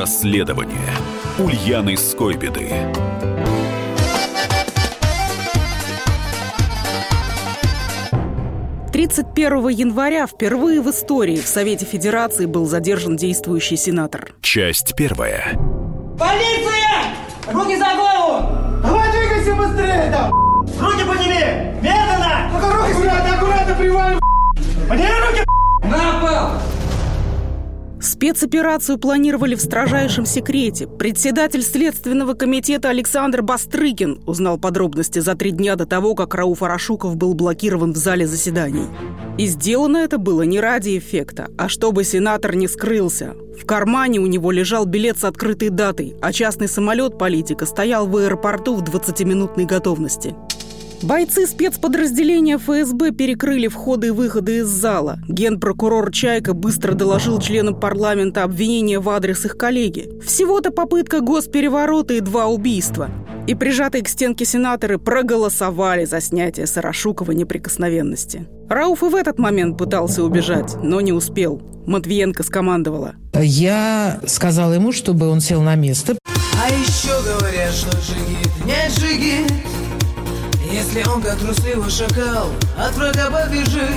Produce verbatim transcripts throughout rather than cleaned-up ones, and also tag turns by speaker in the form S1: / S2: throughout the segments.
S1: Расследование Ульяны Скойбеды.
S2: тридцать первого января впервые в истории в Совете Федерации был задержан действующий сенатор.
S1: Часть первая.
S3: Полиция! Руки за голову!
S4: Давай двигайся быстрее там!
S3: Руки подними! Медленно!
S4: Только руки аккуратно, аккуратно привалим!
S3: Подними руки!
S4: На пол!
S2: Спецоперацию планировали в строжайшем секрете. Председатель Следственного комитета Александр Бастрыкин узнал подробности за три дня до того, как Рауф Арашуков был блокирован в зале заседаний. И сделано это было не ради эффекта, а чтобы сенатор не скрылся. В кармане у него лежал билет с открытой датой, а частный самолет политика стоял в аэропорту в двадцатиминутной готовности. Бойцы спецподразделения эф эс бэ перекрыли входы и выходы из зала. Генпрокурор Чайка быстро доложил членам парламента обвинения в адрес их коллеги. Всего-то попытка госпереворота и два убийства. И прижатые к стенке сенаторы проголосовали за снятие с Арашукова неприкосновенности. Рауф и в этот момент пытался убежать, но не успел. Матвиенко скомандовала.
S5: Я сказала ему, чтобы он сел на место.
S6: А еще говорят, что джигит не джигит, если он, как трусливый шакал, от врага побежит.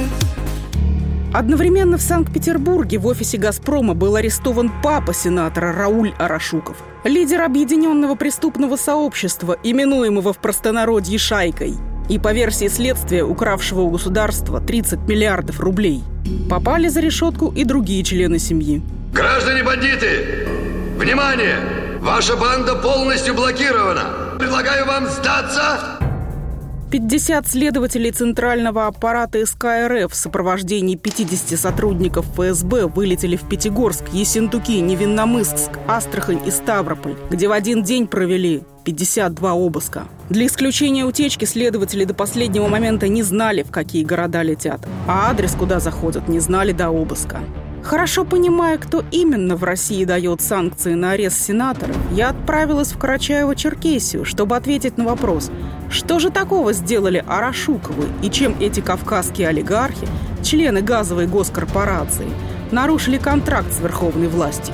S2: Одновременно в Санкт-Петербурге в офисе «Газпрома» был арестован папа сенатора Рауль Арашуков, лидер объединенного преступного сообщества, именуемого в простонародье «Шайкой», и, по версии следствия, укравшего у государства тридцать миллиардов рублей. Попали за решетку и другие члены семьи.
S7: Граждане-бандиты, внимание! Ваша банда полностью блокирована. Предлагаю вам сдаться.
S2: пятьдесят следователей Центрального аппарата эс ка эр эф в сопровождении пятидесяти сотрудников эф эс бэ вылетели в Пятигорск, Ессентуки, Невинномысск, Астрахань и Ставрополь, где в один день провели пятьдесят два обыска. Для исключения утечки следователи до последнего момента не знали, в какие города летят, а адрес, куда заходят, не знали до обыска. Хорошо понимая, кто именно в России дает санкции на арест сенаторов, я отправилась в Карачаево-Черкесию, чтобы ответить на вопрос, что же такого сделали Арашуковы и чем эти кавказские олигархи, члены газовой госкорпорации, нарушили контракт с верховной властью.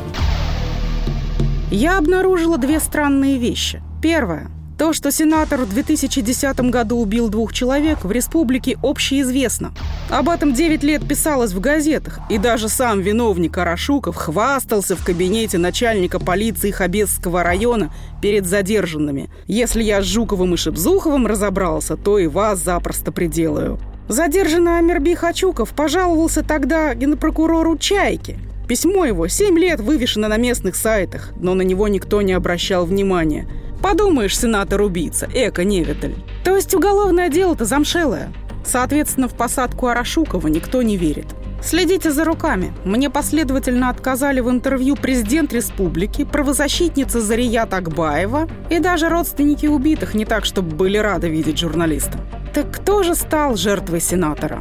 S2: Я обнаружила две странные вещи. Первое. То, что сенатор в две тысячи десятом году убил двух человек, в республике общеизвестно. Об этом девять лет писалось в газетах, и даже сам виновник Арашуков хвастался в кабинете начальника полиции Хабесского района перед задержанными. Если я с Жуковым и Шебзуховым разобрался, то и вас запросто приделаю. Задержанный Амирби Хачуков пожаловался тогда генпрокурору Чайке. Письмо его семь лет вывешено на местных сайтах, но на него никто не обращал внимания. Подумаешь, сенатор-убийца, эко-невидаль. То есть уголовное дело-то замшелое. Соответственно, в посадку Арашукова никто не верит. Следите за руками. Мне последовательно отказали в интервью президент республики, правозащитница Зария Такбаева и даже родственники убитых не так, чтобы были рады видеть журналиста. Так кто же стал жертвой сенатора?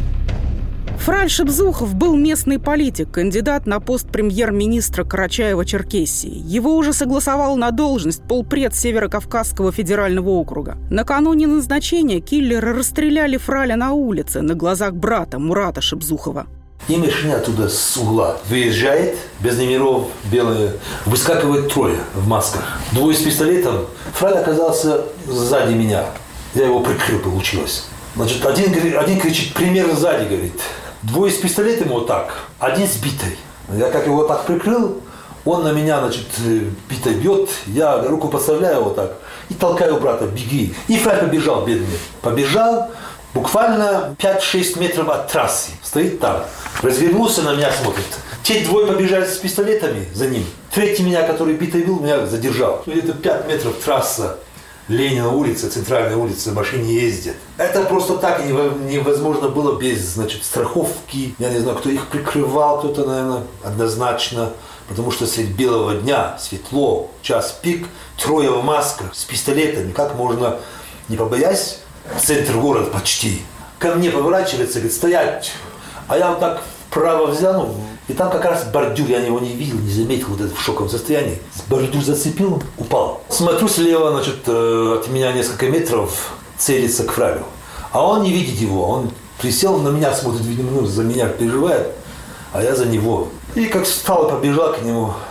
S2: Фраль Шебзухов был местный политик, кандидат на пост премьер-министра Карачаева-Черкесии. Его уже согласовал на должность полпред Северо-Кавказского федерального округа. Накануне назначения киллеры расстреляли Фраля на улице на глазах брата Мурата Шебзухова.
S8: И машина оттуда с угла выезжает, без номеров, белые, выскакивает трое в масках. Двое с пистолетом. Фраль оказался сзади меня. Я его прикрыл, получилось. Значит, один, один кричит, пример сзади, говорит. Двое с пистолетом вот так, один с битой. Я как его так прикрыл, он на меня, значит, битой бьет, я руку подставляю вот так и толкаю брата, беги. И Фраль побежал, бедный. Побежал буквально пять-шесть метров от трассы, стоит там. Развернулся, на меня смотрит. Те двое побежали с пистолетами за ним. Третий меня, который битой бил, меня задержал. Где-то пять метров трасса. Ленина улица, центральная улица, машине ездят. Это просто так невозможно было без, значит, страховки. Я не знаю, кто их прикрывал, кто-то, наверное, однозначно. Потому что средь белого дня, светло, час пик, трое в масках с пистолетами. Как можно, не побоясь, центр города почти. Ко мне поворачивается, говорит, стоять. А я вот так вправо взял, и там как раз бордюр, я его не видел, не заметил, вот это в шоковом состоянии. Бордюр зацепил, упал. Смотрю слева, значит, от меня несколько метров, целится к Фралю. А он не видит его, он присел на меня, смотрит, видимо, ну, за меня переживает, а я за него. И как встал и побежал к нему,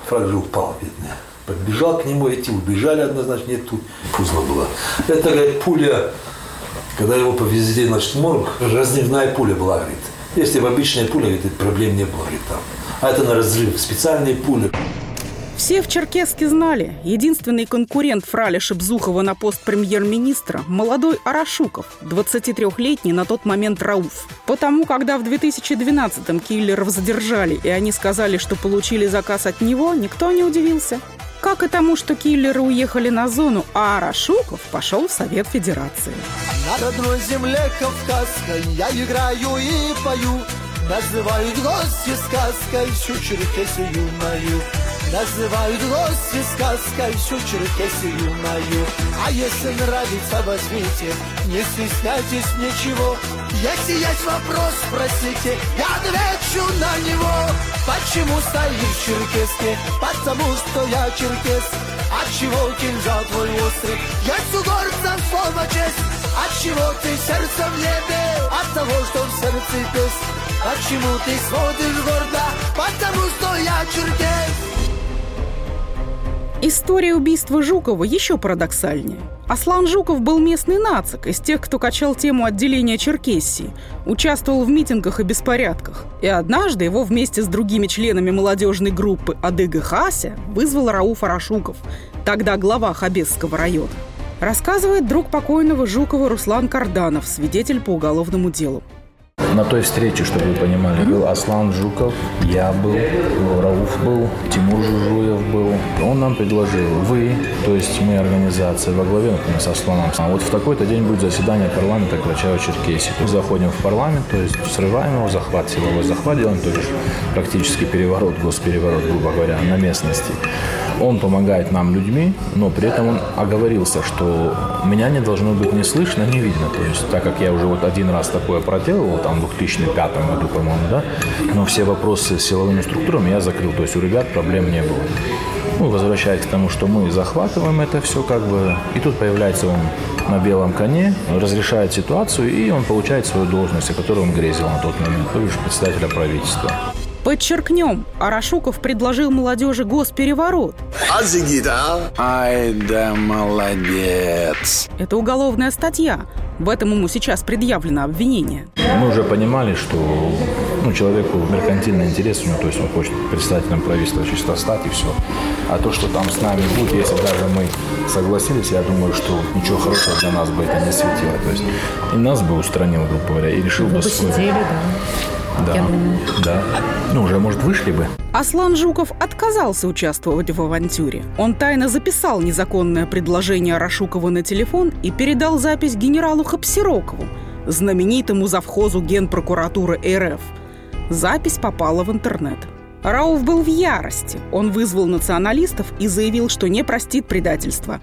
S8: Фраг же упал, бедный. Подбежал к нему, эти убежали однозначно, нет, тут пузо было. Это, говорит, пуля, когда его повезли, значит, в морг, разрывная пуля была, говорит. Если бы обычная пуля, говорит, проблем не было, говорит, там. А это на разрыв, специальные пули.
S2: Все в Черкесске знали, единственный конкурент Фраля Шебзухова на пост премьер-министра – молодой Арашуков, двадцатитрёхлетний на тот момент Рауф. Потому, когда в две тысячи двенадцатом киллеров задержали, и они сказали, что получили заказ от него, никто не удивился. Как и тому, что киллеры уехали на зону, а Арашуков пошел в Совет Федерации.
S9: На родной земле кавказской я играю и пою. Называют гости сказкой всю Черкесию мою. Называют гости сказкой всю Черкесию мою. А если нравится, возьмите, не стесняйтесь ничего. Если есть вопрос, спросите, я отвечу на него. Почему стоишь в Черкесске? Потому что я черкес. Отчего кинжал твой острый? Есть у горца слово честь. Отчего ты сердце в небе? От того, что в сердце песнь. Почему ты смотришь гордо? Потому что я черкес.
S2: История убийства Жукова еще парадоксальнее. Аслан Жуков был местный нацик, из тех, кто качал тему отделения Черкессии, участвовал в митингах и беспорядках. И однажды его вместе с другими членами молодежной группы Адыга Хася вызвал Рауф Арашуков, тогда глава Хабесского района. Рассказывает друг покойного Жукова Руслан Карданов, свидетель по уголовному делу.
S10: На той встрече, чтобы вы понимали, был Аслан Жуков, я был, Рауф был, Тимур Жужуев был. Он нам предложил, вы, то есть мы организация во главе, например, с Асланом, а вот в такой-то день будет заседание парламента Карачаево-Черкесии. Мы заходим в парламент, то есть срываем его, захват, силовой захват делаем, то есть практически переворот, госпереворот, грубо говоря, на местности. Он помогает нам людьми, но при этом он оговорился, что меня не должно быть ни слышно, ни видно. То есть, так как я уже вот один раз такое проделывал, там, в две тысячи пятом году, по-моему, да, но все вопросы с силовыми структурами я закрыл. То есть, у ребят проблем не было. Ну, возвращаясь к тому, что мы захватываем это все, как бы, и тут появляется он на белом коне, разрешает ситуацию, и он получает свою должность, о которой он грезил на тот момент, то есть председателя правительства.
S2: Подчеркнем, Арашуков предложил молодежи госпереворот.
S11: Ай да молодец.
S2: Это уголовная статья. В этом ему сейчас предъявлено обвинение.
S10: Мы уже понимали, что ну, человеку меркантильный интерес у него, то есть он хочет председателем правительства чисто стать и все. А то, что там с нами будет, если даже мы согласились, я думаю, что ничего хорошего для нас бы это не светило. То есть и нас бы устранил, грубо говоря, и решил бы... Вы
S5: посидели, да?
S10: Да, да. Ну, уже, может, вышли бы.
S2: Аслан Жуков отказался участвовать в авантюре. Он тайно записал незаконное предложение Арашукова на телефон и передал запись генералу Хапсирокову, знаменитому завхозу Генпрокуратуры РФ. Запись попала в интернет. Рауф был в ярости. Он вызвал националистов и заявил, что не простит предательства.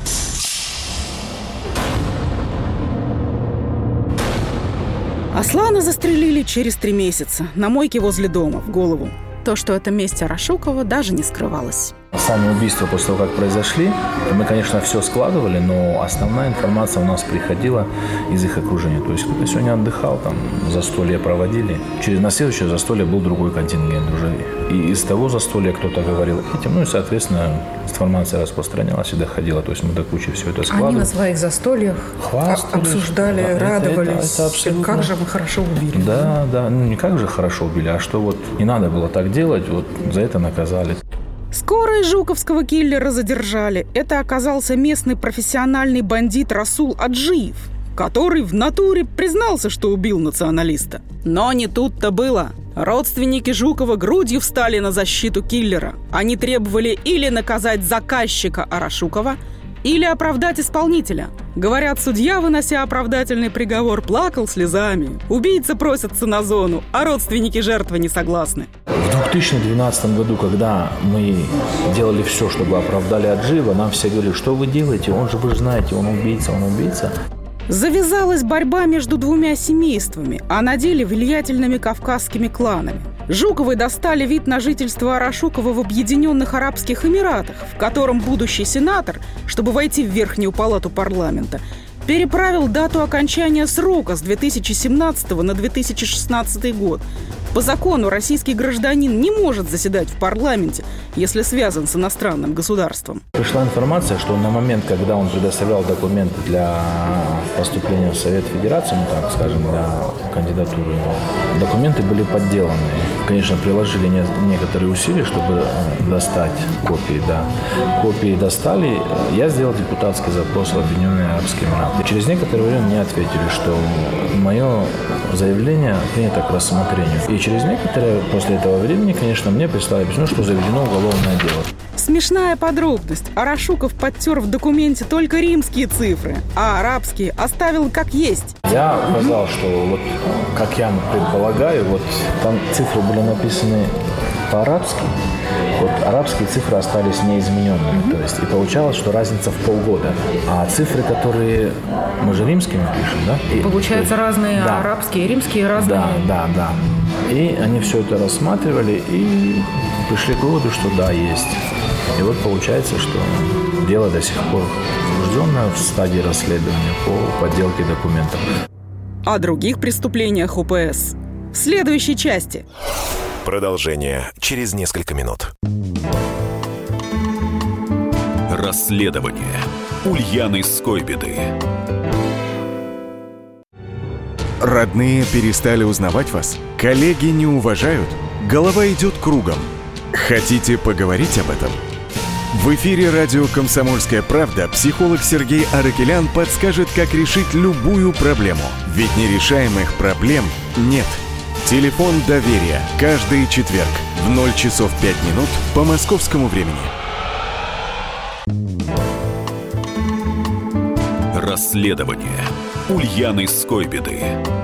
S2: Аслана застрелили через три месяца на мойке возле дома, в голову. То, что это месть Арашукова, даже не скрывалось.
S10: Сами убийства после того, как произошли, мы, конечно, все складывали, но основная информация у нас приходила из их окружения. То есть кто-то сегодня отдыхал, там застолье проводили. Через на следующее застолье был другой контингент уже. И из того застолья кто-то говорил этим, ну и, соответственно, информация распространялась и доходила. То есть мы до кучи все это складывали.
S5: Они на своих застольях обсуждали, да, радовались. Это, это, это абсолютно... Как же мы хорошо убили.
S10: Да, да, ну не как же хорошо убили, а что вот не надо было так делать, вот за это наказали.
S2: Скоро и жуковского киллера задержали. Это оказался местный профессиональный бандит Расул Аджиев, который в натуре признался, что убил националиста. Но не тут-то было. Родственники Жукова грудью встали на защиту киллера. Они требовали или наказать заказчика Арашукова, или оправдать исполнителя. Говорят, судья, вынося оправдательный приговор, плакал слезами. Убийцы просятся на зону, а родственники жертвы не согласны.
S10: В две тысячи двенадцатом году, когда мы делали все, чтобы оправдали Аджиева, нам все говорили, что вы делаете, он же, вы же знаете, он убийца, он убийца.
S2: Завязалась борьба между двумя семействами, а на деле влиятельными кавказскими кланами. Жуковы достали вид на жительство Арашукова в Объединенных Арабских Эмиратах, в котором будущий сенатор, чтобы войти в Верхнюю палату парламента, переправил дату окончания срока с две тысячи семнадцатого на две тысячи шестнадцатый год. По закону российский гражданин не может заседать в парламенте, если связан с иностранным государством.
S10: Пришла информация, что на момент, когда он предоставлял документы для поступления в Совет Федерации, ну так скажем, для кандидатуры, документы были подделаны. Конечно, приложили не, некоторые усилия, чтобы достать копии, да. Копии достали. Я сделал депутатский запрос в Объединенные Арабские Эмираты. Через некоторое время мне ответили, что мое заявление принято к рассмотрению. И через некоторое после этого времени, конечно, мне прислали письмо, что заведено уголовное дело.
S2: Смешная подробность. Арашуков подтер в документе только римские цифры, а арабские оставил как есть.
S10: Я указал, что вот, как я предполагаю, вот там цифры были написаны по-арабски, вот арабские цифры остались неизмененными. Mm-hmm. То есть и получалось, что разница в полгода. А цифры, которые мы же римскими пишем, да? И,
S5: Получается, есть, разные да. арабские, римские разные.
S10: Да, да, да. И они все это рассматривали и пришли к выводу, что да, есть. И вот получается, что дело до сих пор возбужденное в стадии расследования по подделке документов.
S2: О других преступлениях о пэ эс в следующей части.
S1: Продолжение через несколько минут. Расследование Ульяны Скойбеды. Родные перестали узнавать вас? Коллеги не уважают? Голова идет кругом. Хотите поговорить об этом? В эфире радио «Комсомольская правда» психолог Сергей Аракелян подскажет, как решить любую проблему. Ведь нерешаемых проблем нет. Телефон доверия. Каждый четверг в ноль часов пять минут по московскому времени. Расследование Ульяны Скойбеды.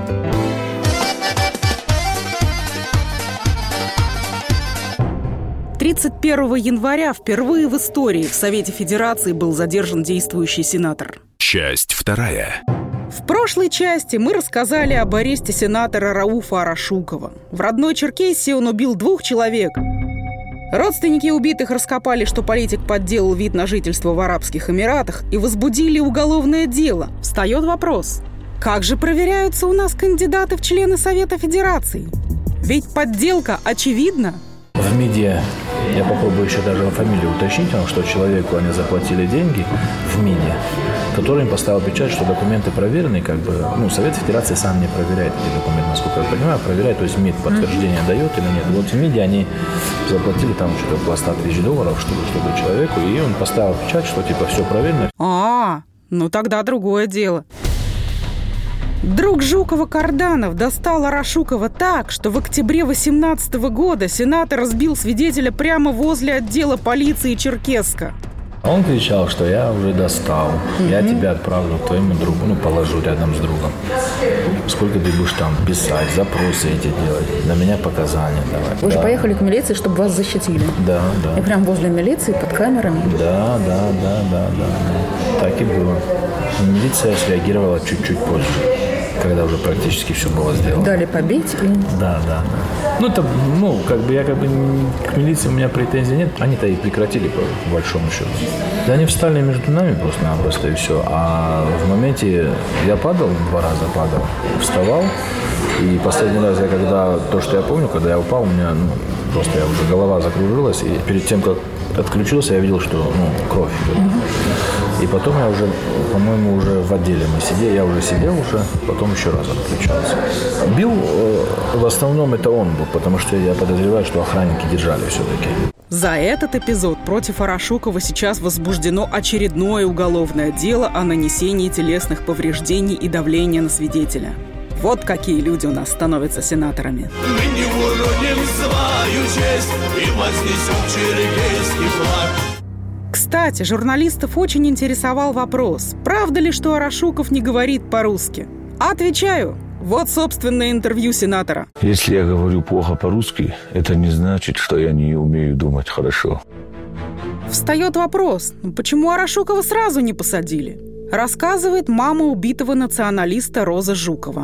S2: тридцать первого января впервые в истории в Совете Федерации был задержан действующий сенатор.
S1: Часть вторая.
S2: В прошлой части мы рассказали об аресте сенатора Рауфа Арашукова. В родной Черкесии он убил двух человек. Родственники убитых раскопали, что политик подделал вид на жительство в Арабских Эмиратах, и возбудили уголовное дело. Встает вопрос: как же проверяются у нас кандидаты в члены Совета Федерации? Ведь подделка очевидна.
S10: В МИДе, я попробую еще даже фамилию уточнить, что человеку они заплатили деньги в МИДе, который им поставил печать, что документы проверены, как бы, ну, Совет Федерации сам не проверяет эти документы, насколько я понимаю, проверяет, то есть МИД подтверждение дает или нет. Вот в МИДе они заплатили там что-то около ста тысяч долларов, чтобы, чтобы человеку, и он поставил печать, что типа все проверено.
S2: А, ну тогда другое дело. Друг Жукова Карданов достал Арашукова так, что в октябре восемнадцатого года сенатор сбил свидетеля прямо возле отдела полиции Черкесска.
S10: Он кричал, что я уже достал, mm-hmm. я тебя отправлю к твоему другу, ну, положу рядом с другом. Сколько ты будешь там писать, запросы эти делать, на меня показания давать.
S5: Вы
S10: да.
S5: же поехали к милиции, чтобы вас защитили.
S10: Да, да.
S5: И прям возле милиции, под камерами.
S10: Да, да, да, да, да, да. Так и было. Милиция среагировала чуть-чуть позже, когда уже практически все было сделано.
S5: Дали побить и...
S10: Да, да, да. Ну, это, ну, как бы я как бы к милиции у меня претензий нет. Они-то и прекратили, по большому счету. Да они встали между нами просто-напросто и все. А в моменте я падал, два раза падал, вставал. И последний раз я когда, то, что я помню, когда я упал, у меня, ну, просто я уже голова закружилась. И перед тем, как отключился, я видел, что, ну, кровь идет. И потом я уже, по-моему, уже в отделе мы сидели, я уже сидел уже, потом еще раз отключался. Бил, э, в основном это он был, потому что я подозреваю, что охранники держали все-таки.
S2: За этот эпизод против Арашукова сейчас возбуждено очередное уголовное дело о нанесении телесных повреждений и давления на свидетеля. Вот какие люди у нас становятся сенаторами.
S12: Мы не уроним свою честь и вознесем черкесский флаг.
S2: Кстати, журналистов очень интересовал вопрос, правда ли, что Арашуков не говорит по-русски? Отвечаю. Вот, собственное интервью сенатора.
S13: Если я говорю плохо по-русски, это не значит, что я не умею думать хорошо.
S2: Встает вопрос, почему Арашукова сразу не посадили? Рассказывает мама убитого националиста Роза Жукова.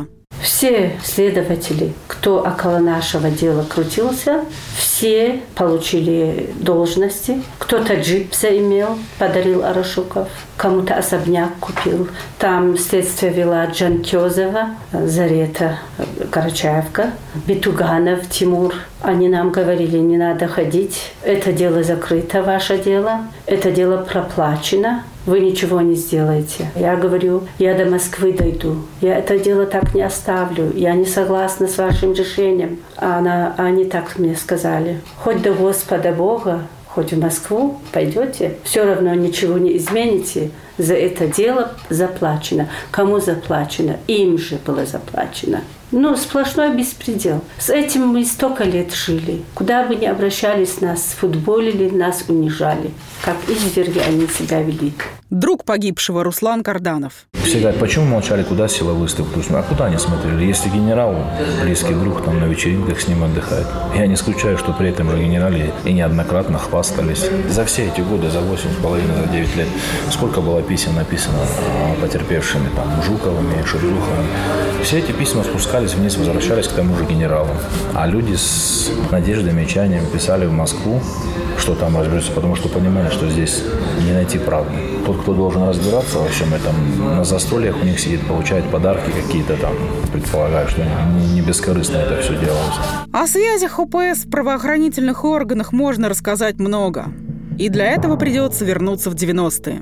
S14: Все следователи, кто около нашего дела крутился, все получили должности. Кто-то джип заимел, подарил Арашуков, кому-то особняк купил. Там следствие вела Джанкёзова, Зарета Карачаевка, Битуганов Тимур. Они нам говорили, не надо ходить, это дело закрыто, ваше дело, это дело проплачено. Вы ничего не сделаете. Я говорю, я до Москвы дойду. Я это дело так не оставлю. Я не согласна с вашим решением. А она, они так мне сказали. Хоть до Господа Бога, хоть в Москву пойдете, все равно ничего не измените. За это дело заплачено. Кому заплачено? Им же было заплачено. Ну, сплошной беспредел. С этим мы столько лет жили. Куда бы ни обращались, нас футболили, нас унижали. Как изверги они себя вели.
S2: Друг погибшего Руслан Карданов.
S10: Все говорят, почему молчали, куда силовые структуры? А куда они смотрели? Если генерал, близкий друг, там на вечеринках с ним отдыхает. Я не исключаю, что при этом же генерале и неоднократно хвастались. За все эти годы, за восемь с половиной, за девять лет, сколько было писем написано потерпевшими, там, Жуковыми, Шурдуховыми. Все эти письма спускались вниз, возвращались к тому же генералу. А люди с надеждами и чаянием писали в Москву, что там разберутся, потому что понимали, что здесь не найти правды. Тот, кто должен разбираться во всем этом, на застольях у них сидит, получает подарки какие-то там, предполагаю, что не, не бескорыстно это все делалось.
S2: О связях О Пэ Эс в правоохранительных органах можно рассказать много. И для этого придется вернуться в девяностые.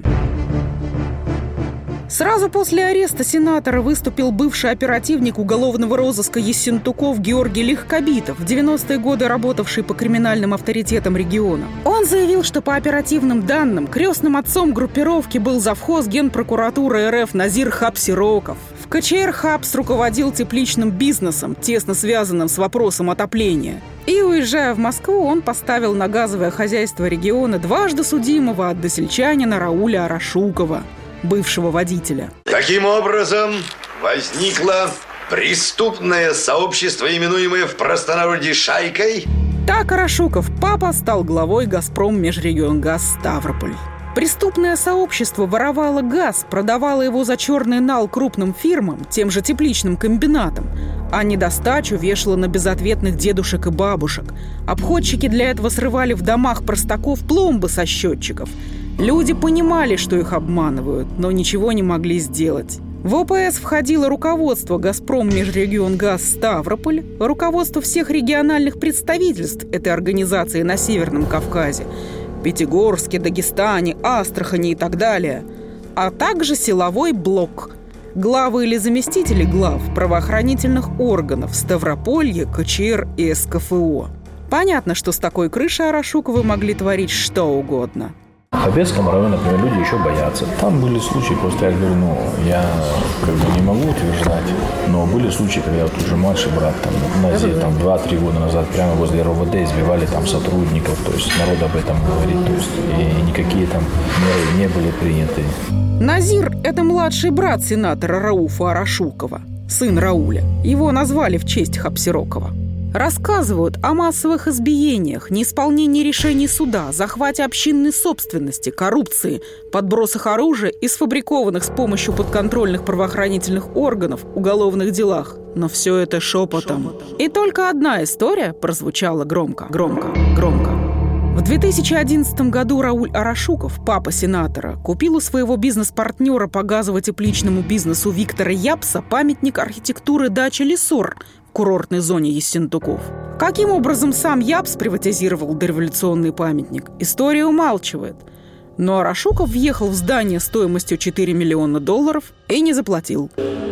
S2: Сразу после ареста сенатора выступил бывший оперативник уголовного розыска Ессентуков Георгий Легкобитов, в девяностые годы работавший по криминальным авторитетам региона. Он заявил, что по оперативным данным крестным отцом группировки был завхоз Генпрокуратуры Эр Эф Назир Хапсироков. В Ка Че Эр Хапс руководил тепличным бизнесом, тесно связанным с вопросом отопления. И, уезжая в Москву, он поставил на газовое хозяйство региона дважды судимого односельчанина Рауля Арашукова, бывшего водителя.
S7: Таким образом, возникло преступное сообщество, именуемое в простонародье «шайкой».
S2: Так Арашуков, папа, стал главой «Газпром Межрегионгаз Ставрополь». Преступное сообщество воровало газ, продавало его за черный нал крупным фирмам, тем же тепличным комбинатам, а недостачу вешало на безответных дедушек и бабушек. Обходчики для этого срывали в домах простаков пломбы со счетчиков. Люди понимали, что их обманывают, но ничего не могли сделать. В О Пэ Эс входило руководство «Газпром Межрегионгаз Ставрополь», руководство всех региональных представительств этой организации на Северном Кавказе, Пятигорске, Дагестане, Астрахани и так далее, а также силовой блок, главы или заместители глав правоохранительных органов Ставрополья, Ка Че Эр и Эс Ка Эф О. Понятно, что с такой крышей Арашуковы могли творить что угодно.
S10: В Хабетском районе, например, люди еще боятся. Там были случаи, просто я говорю, ну, я как бы не могу утверждать, но были случаи, когда вот уже младший брат, там, Назир, там, два-три года назад прямо возле Эр О Вэ Дэ избивали там сотрудников, то есть народ об этом говорит, то есть и никакие там меры не были приняты.
S2: Назир – это младший брат сенатора Рауфа Арашукова, сын Рауля. Его назвали в честь Хапсирокова. Рассказывают о массовых избиениях, неисполнении решений суда, захвате общинной собственности, коррупции, подбросах оружия и сфабрикованных с помощью подконтрольных правоохранительных органов уголовных делах. Но все это шепотом. И только одна история прозвучала громко, громко, громко. В две тысячи одиннадцатом году Рауль Арашуков, папа сенатора, купил у своего бизнес-партнера по газово-тепличному бизнесу Виктора Япса памятник архитектуры дачи Лесор в курортной зоне Ессентуков. Каким образом сам Япс приватизировал дореволюционный памятник, история умалчивает. Но Арашуков въехал в здание стоимостью четыре миллиона долларов и не заплатил.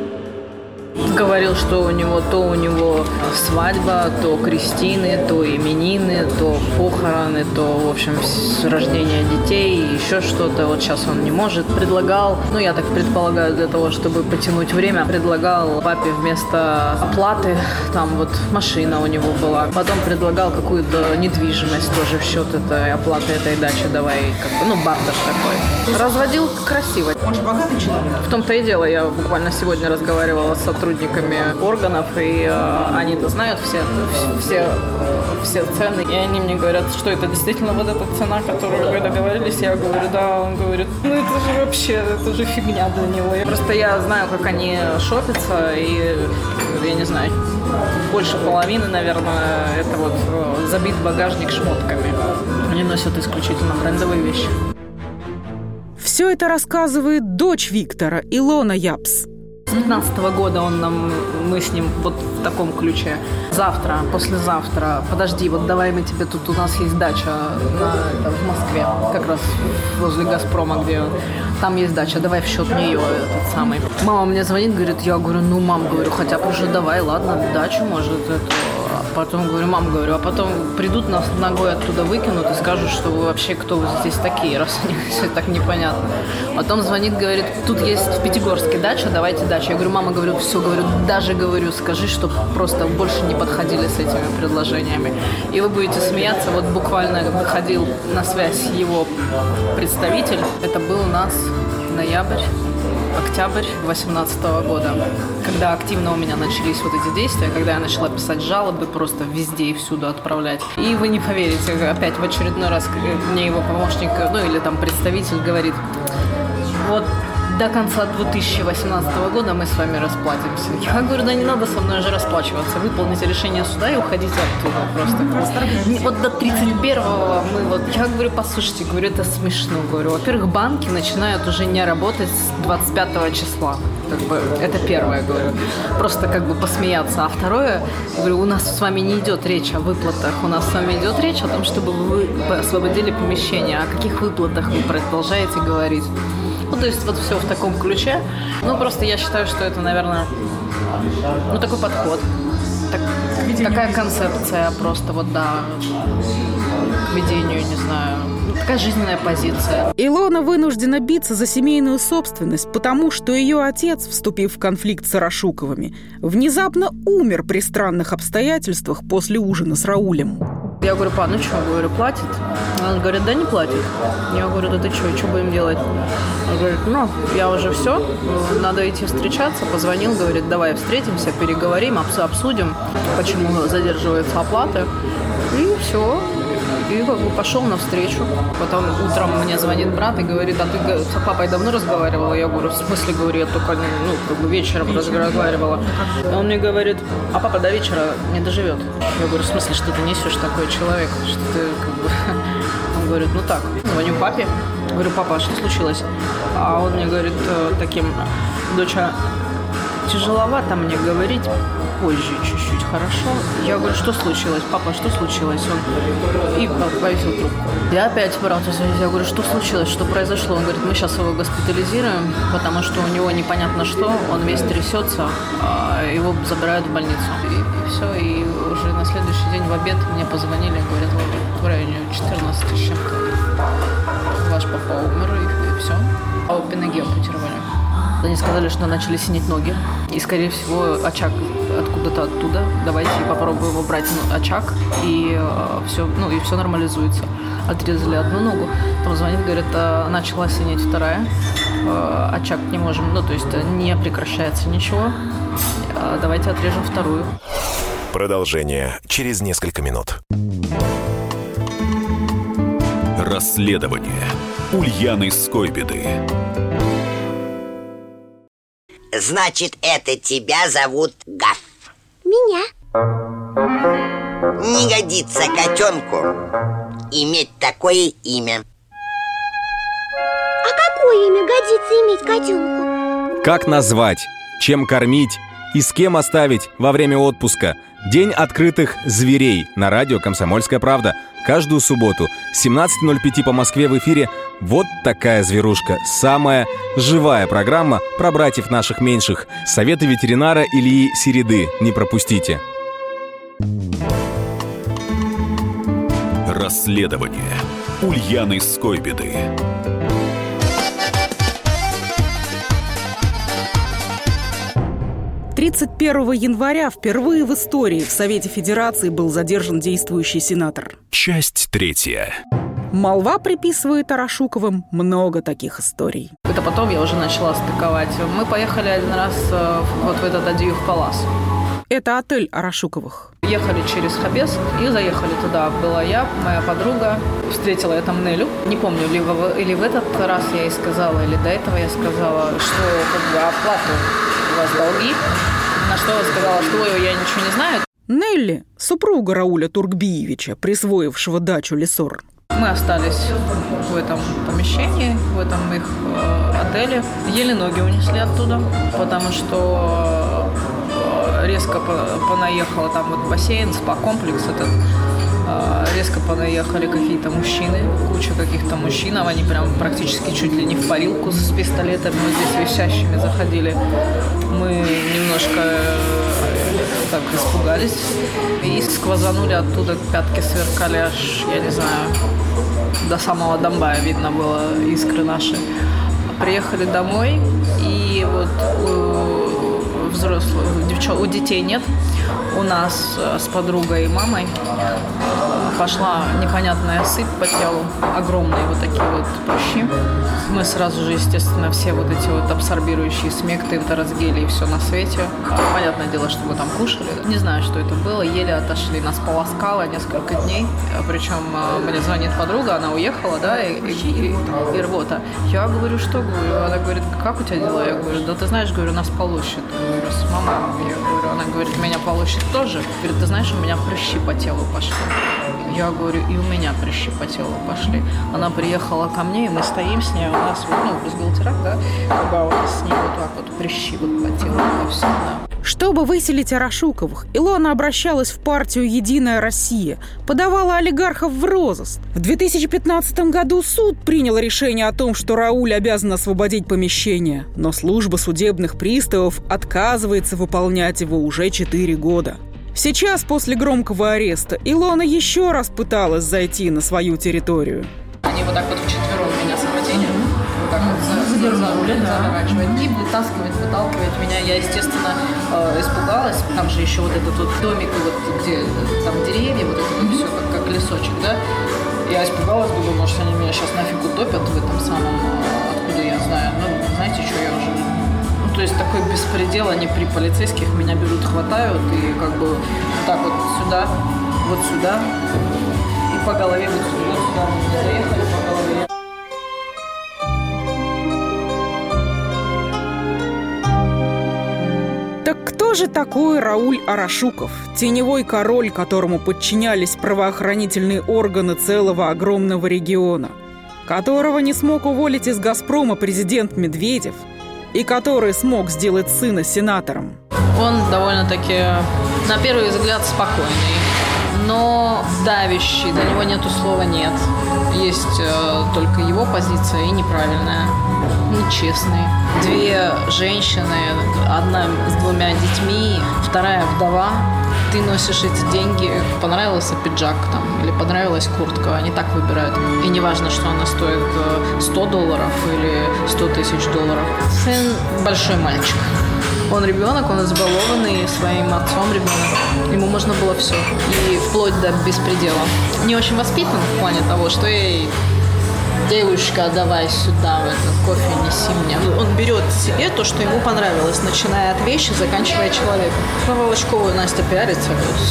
S15: Говорил, что у него то у него свадьба, то крестины, то именины, то похороны, то, в общем, рождение детей, еще что-то. Вот сейчас он не может. Предлагал, ну, я так предполагаю, для того, чтобы потянуть время, предлагал папе вместо оплаты, там вот машина у него была. Потом предлагал какую-то недвижимость тоже в счет этой оплаты этой дачи. Давай, как бы, ну, бартер такой. Разводил красиво.
S5: Он же богатый человек.
S15: В том-то и дело, я буквально сегодня разговаривала с сотрудником настройками органов, и э, они-то знают все, все, все цены. И они мне говорят, что это действительно вот эта цена, которую вы договорились. Я говорю, да. Он говорит, ну это же вообще, это же фигня для него. И просто я знаю, как они шопятся, и я не знаю, больше половины, наверное, это вот забит багажник шмотками. Они носят исключительно брендовые вещи.
S2: Все это рассказывает дочь Виктора, Илона Япс.
S15: С пятнадцатого года он нам, мы с ним вот в таком ключе. Завтра, послезавтра, подожди, вот давай мы тебе тут, у нас есть дача на, это, в Москве, как раз возле «Газпрома», где там есть дача, давай в счет нее этот самый. Мама мне звонит, говорит, я говорю, ну, мам, говорю, хотя бы уже давай, ладно, дачу, может, это... Потом говорю, мам, говорю, а потом придут нас ногой оттуда выкинут и скажут, что вы вообще кто вы здесь такие, раз у них все так непонятно. Потом звонит, говорит, тут есть в Пятигорске дача, давайте дачу. Я говорю, мама, говорю, все, говорю, даже говорю, скажи, чтобы просто больше не подходили с этими предложениями. И вы будете смеяться, вот буквально выходил на связь его представитель, это был у нас ноябрь. Октябрь восемнадцатого года, когда активно у меня начались вот эти действия, когда я начала писать жалобы, просто везде и всюду отправлять. И вы не поверите, опять в очередной раз мне его помощник, ну или там представитель говорит, вот до конца две тысячи восемнадцатого года мы с вами расплатимся. Я говорю, да не надо со мной уже расплачиваться, выполните решение суда и уходите оттуда просто. Вот до тридцать первого мы вот, я говорю, послушайте, говорю, это смешно, говорю. Во-первых, банки начинают уже не работать с двадцать пятого числа. Как бы, это первое, говорю. Просто как бы посмеяться. А второе, говорю, у нас с вами не идет речь о выплатах. У нас с вами идет речь о том, чтобы вы освободили помещение. О каких выплатах вы продолжаете говорить? Ну, то есть вот все в таком ключе. Ну, просто я считаю, что это, наверное, ну, такой подход. Так, такая концепция просто вот, да, к ведению, не знаю, такая жизненная позиция.
S2: Илона вынуждена биться за семейную собственность, потому что ее отец, вступив в конфликт с Арашуковыми, внезапно умер при странных обстоятельствах после ужина с Раулем.
S15: Я говорю, па, ну что, говорю, платит? Он говорит, да не платит. Я говорю, да ты что, что будем делать? Он говорит, ну, я уже все, надо идти встречаться. Позвонил, говорит, давай встретимся, переговорим, обсудим, почему задерживается оплата. И все. И как бы пошел навстречу. Потом утром мне звонит брат и говорит, а ты с папой давно разговаривала? Я говорю, в смысле, говорю, я только, ну, как бы вечером разговаривала. И он мне говорит, а папа до вечера не доживет. Я говорю, в смысле, что ты несешь такой человек? Что ты, как бы... Он говорит, ну так, звоню папе. Говорю, папа, а что случилось? А он мне говорит таким, доча, тяжеловато мне говорить, позже чуть-чуть, хорошо? Я говорю, что случилось? Папа, что случилось? Он и повесил трубку. Я опять брату звоню, я говорю, что случилось? Что произошло? Он говорит, мы сейчас его госпитализируем, потому что у него непонятно что, он весь трясется, его забирают в больницу. И, и все, и уже на следующий день в обед мне позвонили, говорят, вот в районе четырнадцати с чем-то ваш папа умер, и, и все. А обе ноги ампутировали. Они сказали, что начали синеть ноги. И, скорее всего, очаг откуда-то оттуда. Давайте попробуем убрать очаг, и э, все, ну, и все нормализуется. Отрезали одну ногу. Там звонит, говорит, э, начала синеть вторая. Э, очаг не можем, ну, то есть не прекращается ничего. Э, давайте отрежем вторую.
S16: Продолжение через несколько минут.
S17: Расследование Ульяны Скойбеды.
S18: Значит, это тебя зовут Гаф?
S19: Меня.
S18: Не годится котенку иметь такое имя.
S19: А какое имя годится иметь котенку?
S20: Как назвать, чем кормить и с кем оставить во время отпуска? День открытых зверей на радио «Комсомольская правда». Каждую субботу с семнадцати ноль пять по Москве в эфире «Вот такая зверушка». Самая живая программа про братьев наших меньших. Советы ветеринара Ильи Середы. Не пропустите.
S17: Расследование Ульяны Скойбеды.
S2: тридцать первого января впервые в истории в Совете Федерации был задержан действующий сенатор.
S17: Часть третья.
S2: Молва приписывает Арашуковым много таких историй.
S15: Это потом я уже начала стыковать. Мы поехали один раз вот в этот Адиев Палас.
S2: Это отель Арашуковых.
S15: Ехали через Хабес и заехали туда. Была я, моя подруга. Встретила я там Нелю. Не помню, ли в, или в этот раз я ей сказала, или до этого я сказала, что как бы оплату у вас долги. На что я сказала, что ой, я ничего не знаю.
S2: Нелли – супруга Рауля Туркбиевича, присвоившего дачу Лесор.
S15: Мы остались в этом помещении, в этом их э, отеле. Еле ноги унесли оттуда, потому что э, резко понаехало там вот бассейн, спа-комплекс этот. Э, резко понаехали какие-то мужчины, куча каких-то мужчин. Они прям практически чуть ли не в парилку с пистолетами вот здесь висящими заходили. Мы немножко э, так испугались и сквозанули оттуда, пятки сверкали аж, я не знаю, до самого Домбая видно было искры наши. Приехали домой, и вот у взрослых, у детей нет. У нас с подругой и мамой пошла непонятная сыпь по телу, огромные вот такие вот прыщи. Мы сразу же, естественно, все вот эти вот абсорбирующие смекты, энтеросгели и все на свете. Понятное дело, что мы там кушали. Не знаю, что это было, еле отошли. Нас полоскало несколько дней. Причем мне звонит подруга, она уехала, да, и, и, и, и рвота. Я говорю, что говорю? Она говорит, как у тебя дела? Я говорю, да ты знаешь, говорю, нас полощет. Говорю, с мамой. Я говорю, она говорит, меня полощет тоже. Говорит, ты знаешь, у меня прыщи по телу пошли. Я говорю, и у меня прыщи по телу пошли. Она приехала ко мне, и мы стоим с ней, у нас, ну, бюстгальтерах, да, когда у нас с ней вот так вот прыщи вот по телу, по всему, да.
S2: Чтобы выселить Арашуковых, Илона обращалась в партию «Единая Россия», подавала олигархов в розыск. В две тысячи пятнадцатом году суд принял решение о том, что Рауль обязан освободить помещение, но служба судебных приставов отказывается выполнять его уже четыре года. Сейчас, после громкого ареста, Илона еще раз пыталась зайти на свою территорию.
S15: Они вот так вот вчетвером меня схватили, вот так вот за, за, за руль заворачивать и вытаскивать, выталкивать меня. Я, естественно, э, испугалась. Там же еще вот этот вот домик, вот, где там деревья, вот это вот все как, как лесочек, да. Я испугалась, думаю, может, они меня сейчас нафиг утопят в этом самом, откуда я знаю. Ну, знаете, что я уже... То есть такой беспредел, они при полицейских меня берут, хватают и как бы вот так вот сюда, вот сюда и по голове вот сюда, вот сюда заехали по голове.
S2: Так кто же такой Рауль Арашуков, теневой король, которому подчинялись правоохранительные органы целого огромного региона, которого не смог уволить из «Газпрома» президент Медведев, и который смог сделать сына сенатором?
S15: Он довольно-таки, на первый взгляд, спокойный, но давящий, до него нету слова «нет». Есть э, только его позиция и неправильная, нечестный. Две женщины, одна с двумя детьми, вторая вдова. Ты носишь эти деньги, понравился пиджак там, или понравилась куртка, они так выбирают. И не важно, что она стоит сто долларов или сто тысяч долларов. Сын большой мальчик. Он ребенок, он избалованный своим отцом ребенок. Ему можно было все. И вплоть до беспредела. Не очень воспитан в плане того, что ей... Девушка, давай сюда, в этот кофе неси мне. Он берет себе то, что ему понравилось, начиная от вещи, заканчивая человеком. По Волочкову Настя пиарится.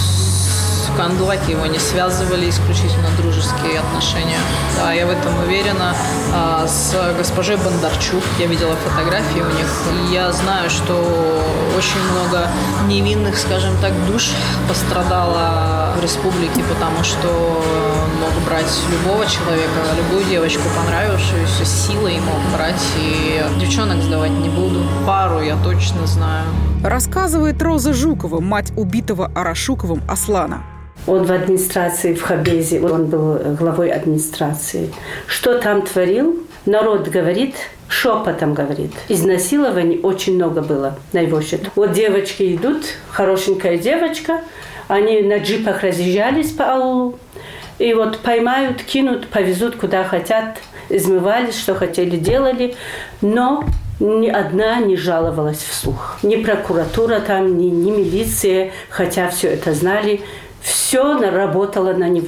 S15: С Кандлаки его не связывали, исключительно дружеские отношения. Да, я в этом уверена. А с госпожой Бондарчук я видела фотографии у них. И я знаю, что очень много невинных, скажем так, душ пострадало в республике, потому что он мог брать любого человека, любую девочку, понравившуюся, силой мог брать. И девчонок сдавать не буду. Пару я точно знаю.
S2: Рассказывает Роза Жукова, мать убитого Арашуковым Аслана.
S14: Он в администрации в Хабезе, он был главой администрации. Что там творил? Народ говорит, шепотом говорит. Изнасилований очень много было на его счет. Вот девочки идут, хорошенькая девочка, они на джипах разъезжались по аулу, и вот поймают, кинут, повезут куда хотят, измывались, что хотели, делали, но ни одна не жаловалась вслух. Ни прокуратура там, ни, ни милиция, хотя все это знали. Все работало на него.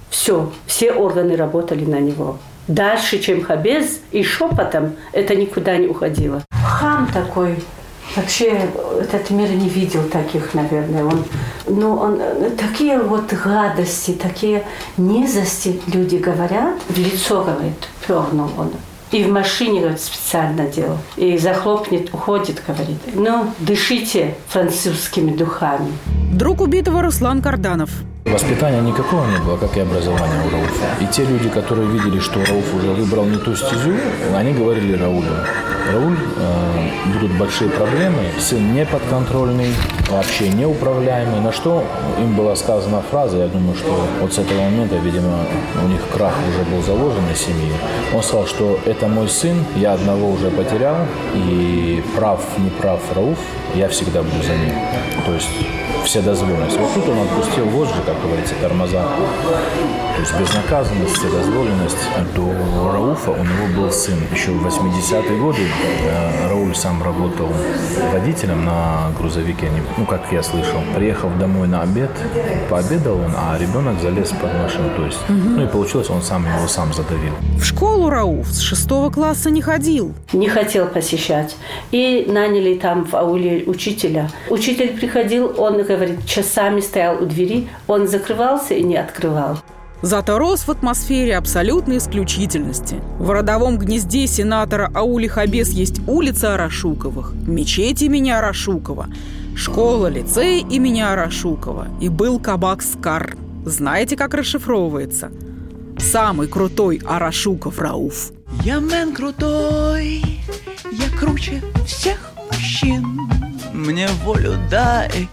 S14: Все, все органы работали на него. Дальше, чем Хабез, и шепотом это никуда не уходило. Хам такой. Вообще этот мир не видел таких, наверное. Он, ну, он, такие вот гадости, такие низости люди говорят. В лицо, говорит, пернул он. И в машине, говорит, специально делал. И захлопнет, уходит, говорит. Ну, дышите французскими духами.
S2: Друг убитого Руслан Карданов.
S10: Воспитания никакого не было, как и образования у Рауфа. И те люди, которые видели, что Рауф уже выбрал не ту стезю, они говорили Раулю: Рауль, э, будут большие проблемы, сын неподконтрольный, вообще неуправляемый. На что им была сказана фраза, я думаю, что вот с этого момента, видимо, у них крах уже был заложен на семьи. Он сказал, что это мой сын, я одного уже потерял, и прав, не прав Рауф, я всегда буду за ним. То есть вседозволенность. Вот тут он отпустил вожжи, как говорится, тормоза. То есть безнаказанность, вседозволенность. До Рауфа у него был сын. Еще в восьмидесятые годы Рауль сам работал водителем на грузовике. Ну, как я слышал. Приехал домой на обед, пообедал он, а ребенок залез под машину. То есть, угу. Ну и получилось, он сам его сам задавил.
S2: В школу Рауф с шестого класса не ходил.
S14: Не хотел посещать. И наняли там в ауле учителя. Учитель приходил, он, говорит, часами стоял у двери, он закрывался и не открывал.
S2: Зато рос в атмосфере абсолютной исключительности. В родовом гнезде сенатора аули Хабез есть улица Арашуковых, мечеть имени Арашукова, школа-лицей имени Арашукова и был кабак «Скар». Знаете, как расшифровывается? Самый крутой Арашуков Рауф.
S6: Я мэн крутой, я круче всех мужчин, мне волю дай.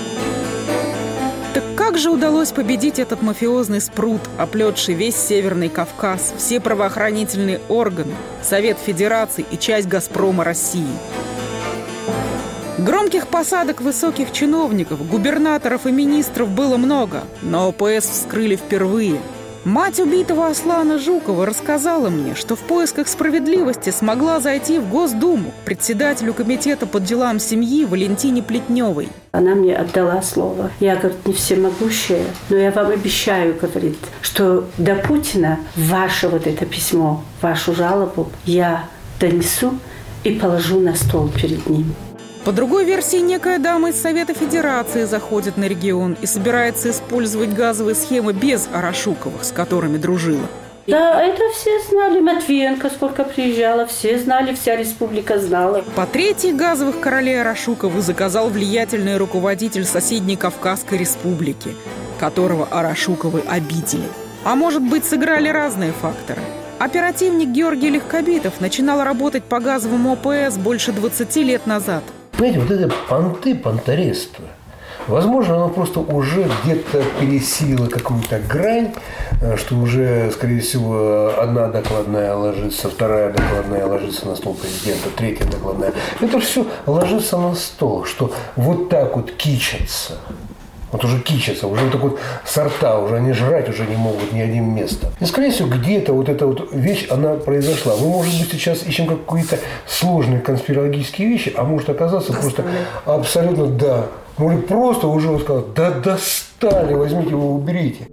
S2: Так как же удалось победить этот мафиозный спрут, оплетший весь Северный Кавказ, все правоохранительные органы, Совет Федерации и часть «Газпрома» России? Громких посадок высоких чиновников, губернаторов и министров было много, но ОПС вскрыли впервые. Мать убитого Аслана Жукова рассказала мне, что в поисках справедливости смогла зайти в Госдуму к председателю комитета по делам семьи Валентине Плетневой.
S14: Она мне отдала слово. Я, говорит, не всемогущая, но я вам обещаю, говорит, что до Путина ваше вот это письмо, вашу жалобу я донесу и положу на стол перед ним.
S2: По другой версии, некая дама из Совета Федерации заходит на регион и собирается использовать газовые схемы без Арашуковых, с которыми дружила.
S14: Да, это все знали. Матвиенко сколько приезжала, все знали, вся республика знала.
S2: По третьей газовых королей Арашуковых заказал влиятельный руководитель соседней Кавказской республики, которого Арашуковы обидели. А может быть, сыграли разные факторы. Оперативник Георгий Легкобитов начинал работать по газовому ОПС больше двадцати лет назад.
S21: Понимаете, вот это понты, понторезство, возможно, оно просто уже где-то пересилило какую-то грань, что уже, скорее всего, одна докладная ложится, вторая докладная ложится на стол президента, третья докладная. Это все ложится на стол, что вот так вот кичатся. Вот уже кичатся, уже вот так вот сорта, уже они жрать уже не могут ни одним местом. И, скорее всего, где-то вот эта вот вещь, она произошла. Мы, может быть, сейчас ищем какие-то сложные конспирологические вещи, а может оказаться просто абсолютно, да. Может, просто уже вот сказать, да достали, возьмите его, уберите.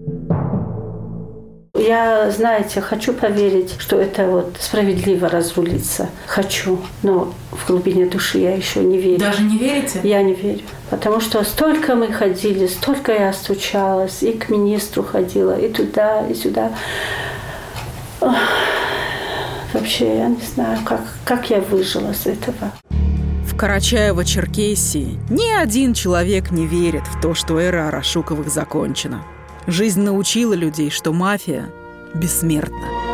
S14: Я, знаете, хочу поверить, что это вот справедливо разрулится. Хочу, но в глубине души я еще не верю.
S2: Даже не верите?
S14: Я не верю. Потому что столько мы ходили, столько я стучалась, и к министру ходила, и туда, и сюда. Ох, вообще, я не знаю, как, как я выжила с этого.
S2: В Карачаево-Черкесии ни один человек не верит в то, что эра Арашуковых закончена. Жизнь научила людей, что мафия бессмертна.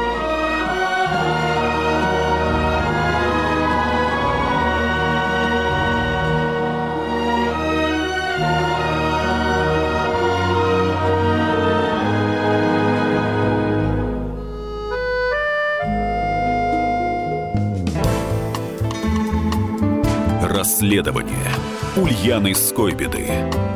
S17: Расследование Ульяны Скойбеды.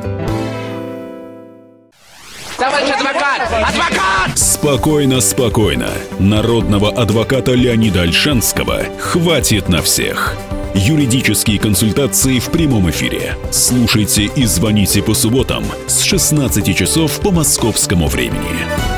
S12: Товарищ адвокат! Адвокат!
S17: Спокойно, спокойно. Народного адвоката Леонида Ольшанского хватит на всех. Юридические консультации в прямом эфире. Слушайте и звоните по субботам с шестнадцати часов по московскому времени.